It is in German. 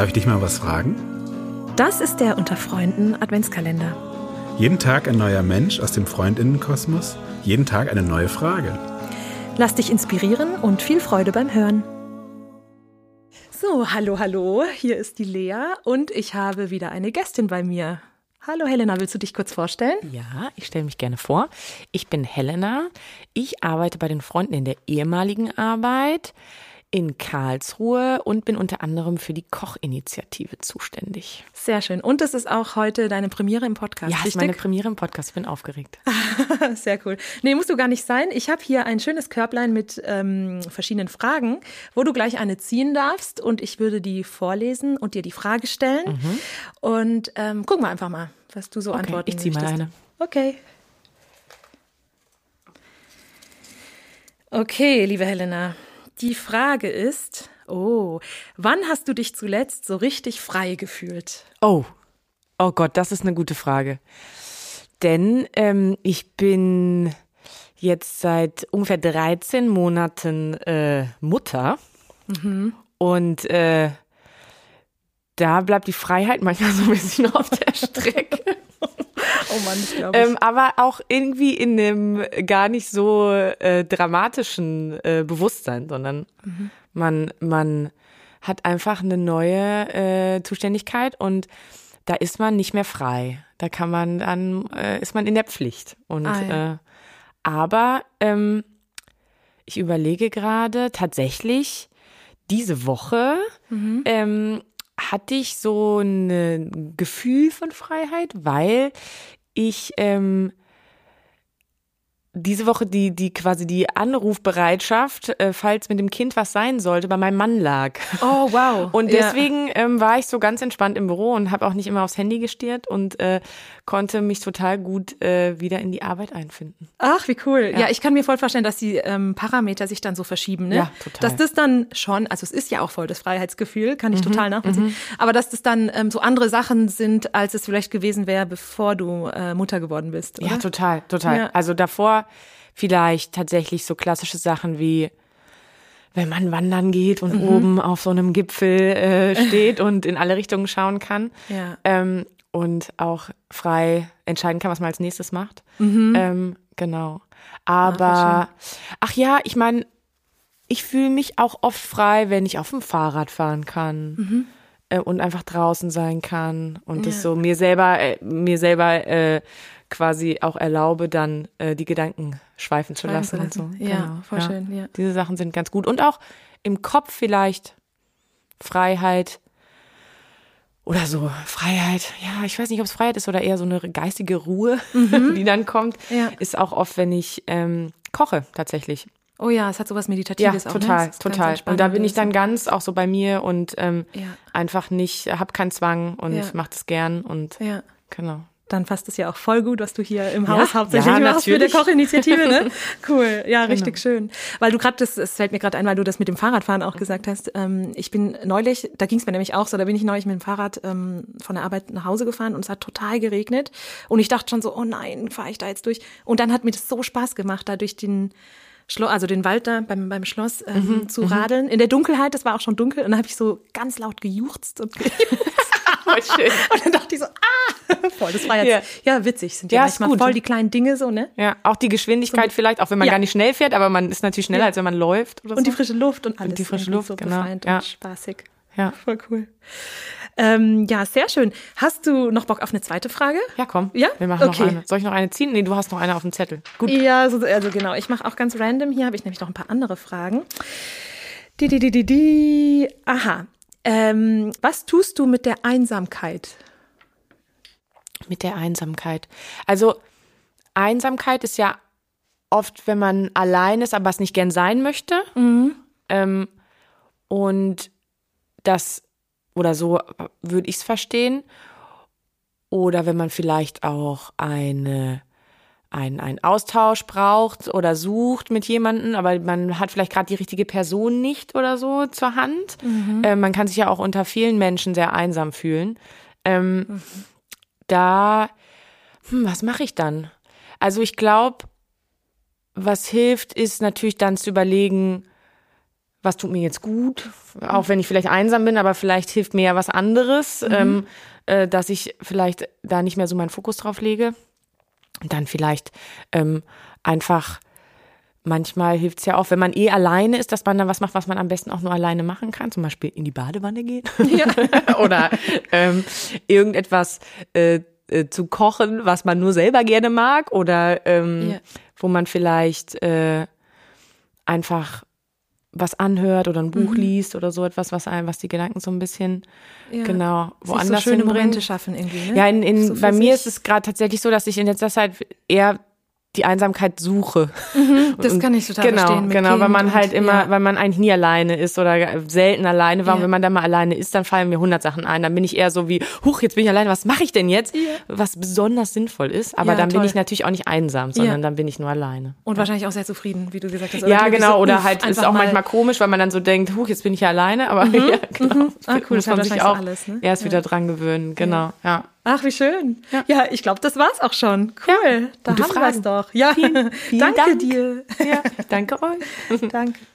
Darf ich dich mal was fragen? Das ist der Unter Freunden Adventskalender. Jeden Tag ein neuer Mensch aus dem Freundinnenkosmos, jeden Tag eine neue Frage. Lass dich inspirieren und viel Freude beim Hören. So, hallo, hier ist die Lea und ich habe wieder eine Gästin bei mir. Hallo Helena, willst du dich kurz vorstellen? Ja, ich stelle mich gerne vor. Ich bin Helena. Ich arbeite bei den Freunden in der ehemaligen Arbeit in Karlsruhe und bin unter anderem für die Kochinitiative zuständig. Sehr schön. Und es ist auch heute deine Premiere im Podcast, Ja, richtig? ist meine Premiere im Podcast. Ich bin aufgeregt. Sehr cool. Nee, musst du gar nicht sein. Ich habe hier ein schönes Körblein mit verschiedenen Fragen, wo du gleich eine ziehen darfst und ich würde die vorlesen und dir die Frage stellen. Und gucken wir einfach mal, was du so antworten ich ziehe mal eine. Okay. Okay, liebe Helena. Die Frage ist, wann hast du dich zuletzt so richtig frei gefühlt? Oh Gott, das ist eine gute Frage. Denn ich bin jetzt seit ungefähr 13 Monaten Mutter und da bleibt die Freiheit manchmal so ein bisschen auf der Strecke. Oh Mann, das glaube ich. Aber auch irgendwie in einem gar nicht so dramatischen Bewusstsein, sondern man hat einfach eine neue Zuständigkeit und da ist man nicht mehr frei. Da kann man dann, ist man in der Pflicht. Und aber ich überlege gerade tatsächlich, diese Woche hatte ich so ein Gefühl von Freiheit, weil ich diese Woche die quasi die Anrufbereitschaft, falls mit dem Kind was sein sollte, bei meinem Mann lag. Oh, wow. Und deswegen war ich so ganz entspannt im Büro und habe auch nicht immer aufs Handy gestiert und konnte mich total gut wieder in die Arbeit einfinden. Ach, wie cool. Ja, ich kann mir voll vorstellen, dass die Parameter sich dann so verschieben, ne? Ja, total. Dass das dann schon, also es ist ja auch voll das Freiheitsgefühl, kann ich total nachvollziehen, aber dass das dann so andere Sachen sind, als es vielleicht gewesen wäre, bevor du Mutter geworden bist, oder? Ja, total. Ja. Also davor vielleicht tatsächlich so klassische Sachen wie, wenn man wandern geht und oben auf so einem Gipfel steht und in alle Richtungen schauen kann. Ja. Und auch frei entscheiden kann, was man als nächstes macht. Genau. Aber, ich meine, ich fühle mich auch oft frei, wenn ich auf dem Fahrrad fahren kann und einfach draußen sein kann und das so mir selber quasi auch erlaube, dann die Gedanken schweifen zu lassen und so. Ja, Genau. voll schön, ja. Diese Sachen sind ganz gut. Und auch im Kopf vielleicht Freiheit oder so Freiheit. Ja, ich weiß nicht, ob es Freiheit ist oder eher so eine geistige Ruhe, die dann kommt. Ja. Ist auch oft, wenn ich koche tatsächlich. Oh ja, es hat sowas Ja, Meditatives auch. total, Ne? total. Und da bin ich dann ganz auch so bei mir und einfach nicht, hab keinen Zwang und mach das gern und genau. Dann passt es ja auch voll gut, was du hier im Haus hauptsächlich ja, machst für die natürlich. Kochinitiative, ne? Cool, ja, richtig schön. Weil du gerade, es fällt mir gerade ein, weil du das mit dem Fahrradfahren auch gesagt hast. Ich bin neulich, da ging es mir nämlich auch so, da bin ich neulich mit dem Fahrrad von der Arbeit nach Hause gefahren und es hat total geregnet. Und ich dachte schon so, oh nein, fahre ich da jetzt durch? Und dann hat mir das so Spaß gemacht, da durch den Wald da beim Schloss zu radeln. In der Dunkelheit, das war auch schon dunkel. Und dann habe ich so ganz laut gejuchzt und Voll schön. Und dann dachte ich so, voll, das war jetzt, ja witzig, sind ja manchmal gut. voll die kleinen Dinge so, ne? Ja, auch die Geschwindigkeit vielleicht, auch wenn man gar nicht schnell fährt, aber man ist natürlich schneller, als wenn man läuft oder so. Und die frische Luft und alles. Und die frische irgendwie Luft, so genau. befreiend Ja. und spaßig. Ja. Voll cool. Ja, sehr schön. Hast du noch Bock auf eine zweite Frage? Ja, komm. Ja? Wir machen Okay. noch eine. Soll ich noch eine ziehen? Nee, du hast noch eine auf dem Zettel. Gut. Ja, also genau. Ich mache auch ganz random. Hier habe ich nämlich noch ein paar andere Fragen. Aha. Was tust du mit der Einsamkeit? Mit der Einsamkeit. Also Einsamkeit ist ja oft, wenn man allein ist, aber es nicht gern sein möchte. Und das, oder so würde ich es verstehen. Oder wenn man vielleicht auch einen Austausch braucht oder sucht mit jemandem, aber man hat vielleicht gerade die richtige Person nicht oder so zur Hand. Man kann sich ja auch unter vielen Menschen sehr einsam fühlen. Was mache ich dann? Also ich glaube, was hilft, ist natürlich dann zu überlegen, was tut mir jetzt gut, auch wenn ich vielleicht einsam bin, aber vielleicht hilft mir ja was anderes, dass ich vielleicht da nicht mehr so meinen Fokus drauf lege. Und dann vielleicht einfach, manchmal hilft es ja auch, wenn man alleine ist, dass man dann was macht, was man am besten auch nur alleine machen kann, zum Beispiel in die Badewanne gehen oder irgendetwas zu kochen, was man nur selber gerne mag oder wo man vielleicht einfach was anhört oder ein Buch liest oder so etwas, was die Gedanken so ein bisschen woanders so schöne hinbringen. Momente schaffen irgendwie, ne? Ja, so bei mir ist es gerade tatsächlich so, dass ich in letzter Zeit eher die Einsamkeit suche. Das kann ich total verstehen. Genau, weil man halt immer, weil man eigentlich nie alleine ist oder selten alleine war. Und wenn man dann mal alleine ist, dann fallen mir 100 Sachen ein. Dann bin ich eher so wie, jetzt bin ich alleine, was mache ich denn jetzt? Was besonders sinnvoll ist. Aber dann bin ich natürlich auch nicht einsam, sondern dann bin ich nur alleine. Und wahrscheinlich auch sehr zufrieden, wie du gesagt hast. Ja, genau. Oder halt ist auch manchmal komisch, weil man dann so denkt, jetzt bin ich ja alleine. Aber ja, genau. Cool, das muss man sich auch alles, ne? erst wieder dran gewöhnen. Genau, ja. Ach, wie schön. Ja, ich glaube, das war's auch schon. Cool. Da haben wir es doch. Ja, vielen danke Dank dir. Ja, danke euch. Danke.